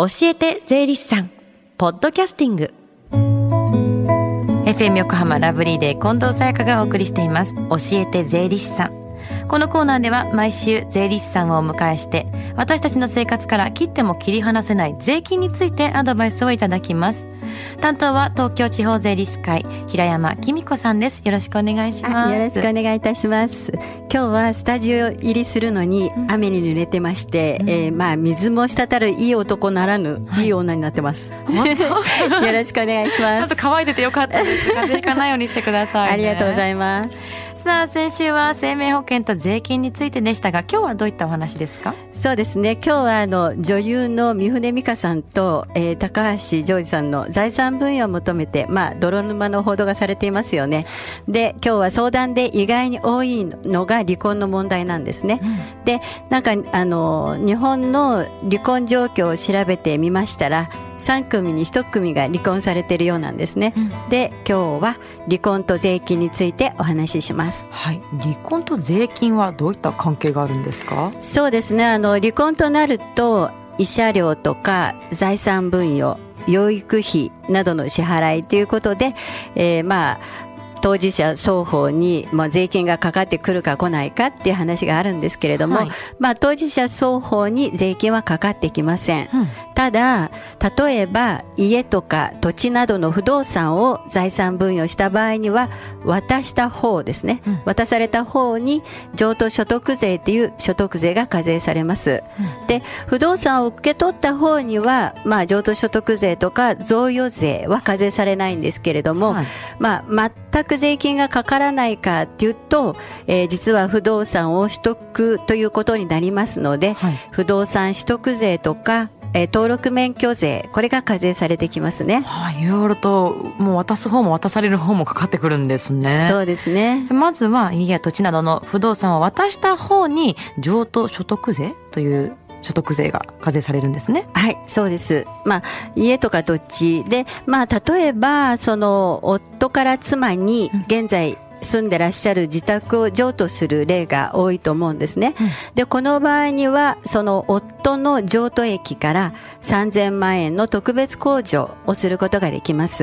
教えて税理士さんポッドキャスティング FM 横浜ラブリーで近藤沙耶香がお送りしています。教えて税理士さん。このコーナーでは毎週税理士さんをお迎えして私たちの生活から切っても切り離せない税金についてアドバイスをいただきます。担当は東京地方税理士会平山紀美子さんです。よろしくお願いします。 よろしくお願いいたします。今日はスタジオ入りするのに雨に濡れてまして、水も滴るいい男ならぬ、いい女になってます。本当よろしくお願いします。 ちょっと乾いててよかったです。風邪ひかないようにしてくださいね。 ありがとうございます。 さあ、先週は生命保険と税金についてでしたが、今日はどういったお話ですか？ そうですね、今日は女優の三船美佳さんと、高橋ジョージさんの財産分与を求めて、泥沼の報道がされていますよね。で、今日は相談で意外に多いのが離婚の問題なんですね。で、なんか日本の離婚状況を調べてみましたら、3組に1組が離婚されているようなんですね。で、今日は離婚と税金についてお話しします。 はい、離婚と税金はどういった関係があるんですか？ そうですね、離婚となると慰謝料とか財産分与、養育費などの支払いということで、当事者双方に税金がかかってくるか来ないかっていう話があるんですけれども、当事者双方に税金はかかってきません。ただ、例えば家とか土地などの不動産を財産分与した場合には、渡した方ですね、渡された方に譲渡所得税という所得税が課税されます。で、不動産を受け取った方には、譲渡所得税とか贈与税は課税されないんですけれども、全く税金がかからないかっていうと、実は不動産を取得ということになりますので、不動産取得税とか登録免許税、これが課税されてきますね。 いろいろともう渡す方も渡される方もかかってくるんですね。 そうですね。 まずは家や土地などの不動産を渡した方に譲渡所得税という所得税が課税されるんですね。 はい、そうです。家とか土地で、例えばその夫から妻に現在住んでらっしゃる自宅を譲渡する例が多いと思うんですね。で、この場合にはその夫の譲渡益から3000万円の特別控除をすることができます。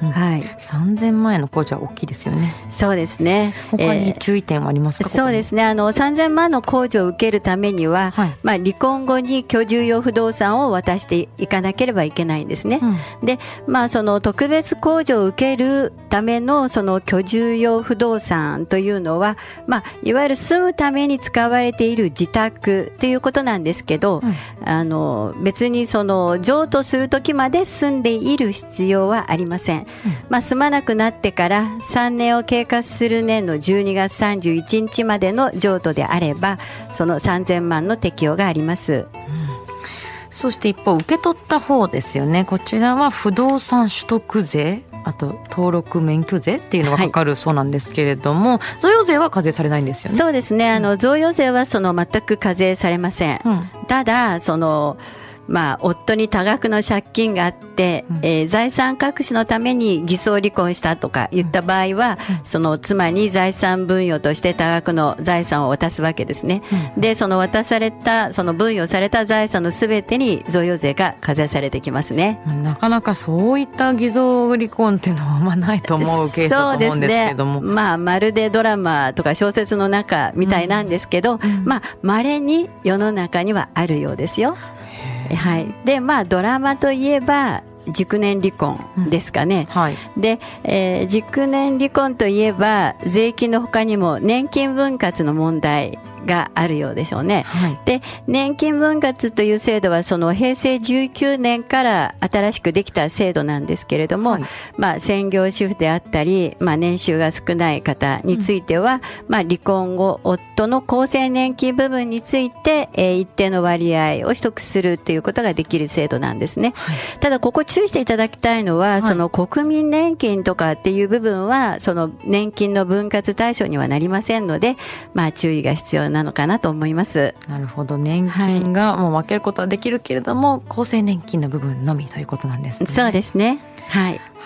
3000万円の控除は大きいですよね。 そうですね。 他に注意点はありますか？ そうですね、3000万の控除を受けるためには、離婚後に居住用不動産を渡していかなければいけないんですね。で、その特別控除を受けるためのその居住用不動産というのは、いわゆる住むために使われている自宅ということなんですけど、別にその譲渡する時まで住んでいる必要はありません。住まなくなってから3年を経過する年の12月31日までの譲渡であれば、その3000万の適用があります。 そして一方、受け取った方ですよね。こちらは不動産取得税、あと登録免許税っていうのがかかるそうなんですけれども、贈与税は課税されないんですよね。 そうですね、贈与税は全く課税されません。ただ夫に多額の借金があって、財産隠しのために偽装離婚したとか言った場合は、その妻に財産分与として多額の財産を渡すわけですね。で、その渡された、その分与された財産のすべてに贈与税が課税されてきますね。 なかなかそういった偽造離婚っていうのはないと思うケースだと思うんですけども。 そうですね、まるでドラマとか小説の中みたいなんですけど、稀に世の中にはあるようですよ。で、ドラマといえば熟年離婚ですかね。で、熟年離婚といえば税金の他にも年金分割の問題があるようでしょうね。で、年金分割という制度はその平成19年から新しくできた制度なんですけれども、専業主婦であったり、年収が少ない方については、離婚後夫の厚生年金部分について、一定の割合を取得するということができる制度なんですね。ただここ注意していただきたいのは、その国民年金とかっていう部分はその年金の分割対象にはなりませんので、注意が必要なのかなと思います。 なるほど、年金がもう分けることはできるけれども、厚生年金の部分のみということなんですね。 そうですね。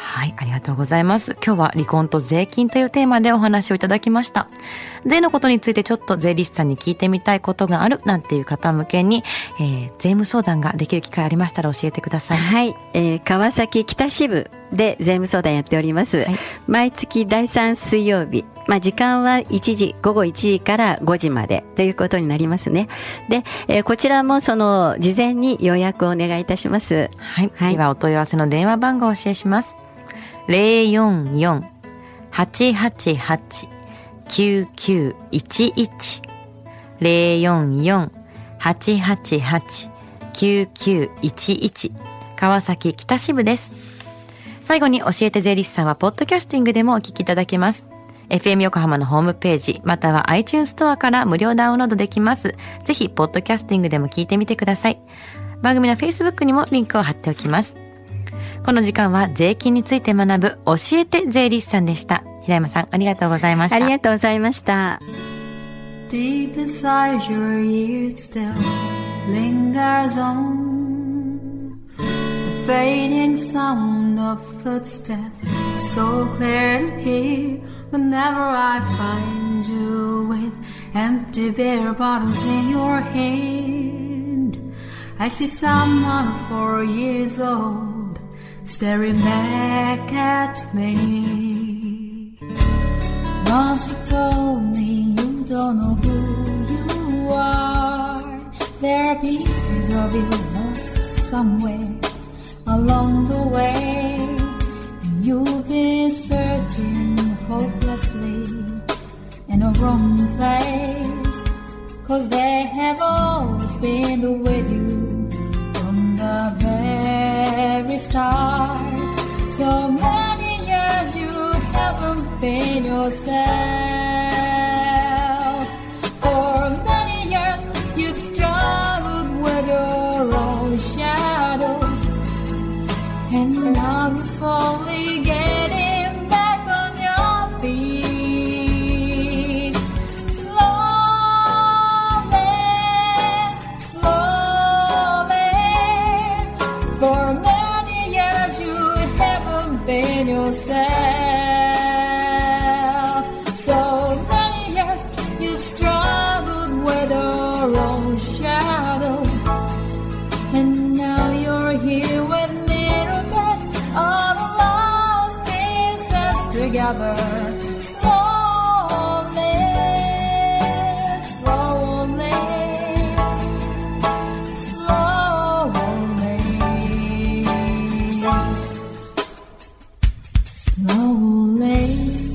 はい、ありがとうございます。今日は離婚と税金というテーマでお話をいただきました。税のことについてちょっと税理士さんに聞いてみたいことがあるなんていう方向けに、税務相談ができる機会ありましたら教えてください。 はい、川崎北支部で税務相談やっております。はい、毎月第3水曜日、時間は午後1時から5時までということになりますね。で、こちらもその事前に予約をお願いいたします。 はい。ではお問い合わせの電話番号をお教えします。044-888-9911 044-888-9911 川崎北支部です。最後に教えて税理士さんはポッドキャスティングでもお聞きいただけます。FM 横浜のホームページまたは iTunes ストアから無料ダウンロードできます。ぜひポッドキャスティングでも聞いてみてください。番組の Facebook にもリンクを貼っておきます。この時間は税金について学ぶ教えて税理士さんでした。平山さん、ありがとうございました。 ありがとうございました。 Deep inside your ears still lingers on the fading sound of footsteps, so clear to hear whenever I find you with empty beer bottles in your hand. I see someone 4 years old staring back at me. Once you told me you don't know who you are. There are pieces of you lost somewhere along the way, and you've been searching hopelessly in a wrong place, 'cause they have always been with you from the very start. So many years you haven't been yourself. For many years you've struggled with your own shadow, and now you're slowly getting back on your feet. Slowly, slowly. For many years you haven't been yourself. So many years you've struggled with your own shadow, and now you're here with me, all the lost pieces together. Slowly, slowly, slowly, slowly.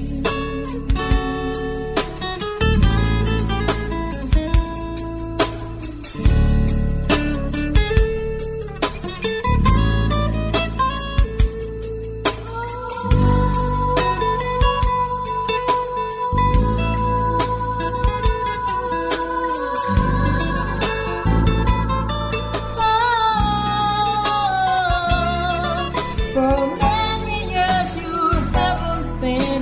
For many years you haven't been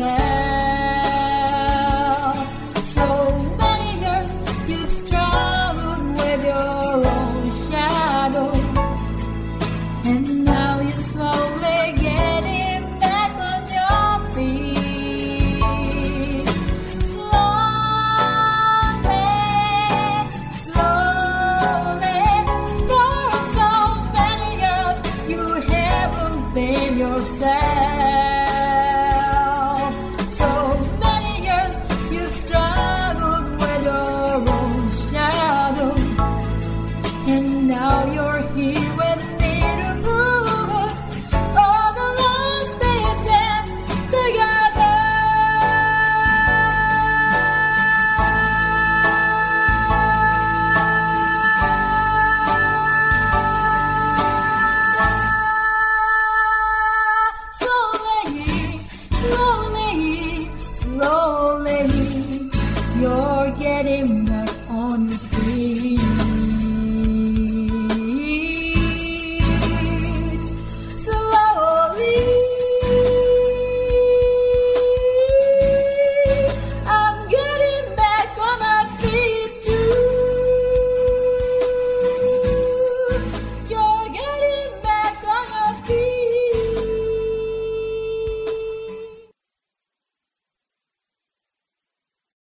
yourself. So many years you've struggled with your own shadow, and now you're slowly getting back on your feet. Slowly, slowly. For so many years you haven't been yourself.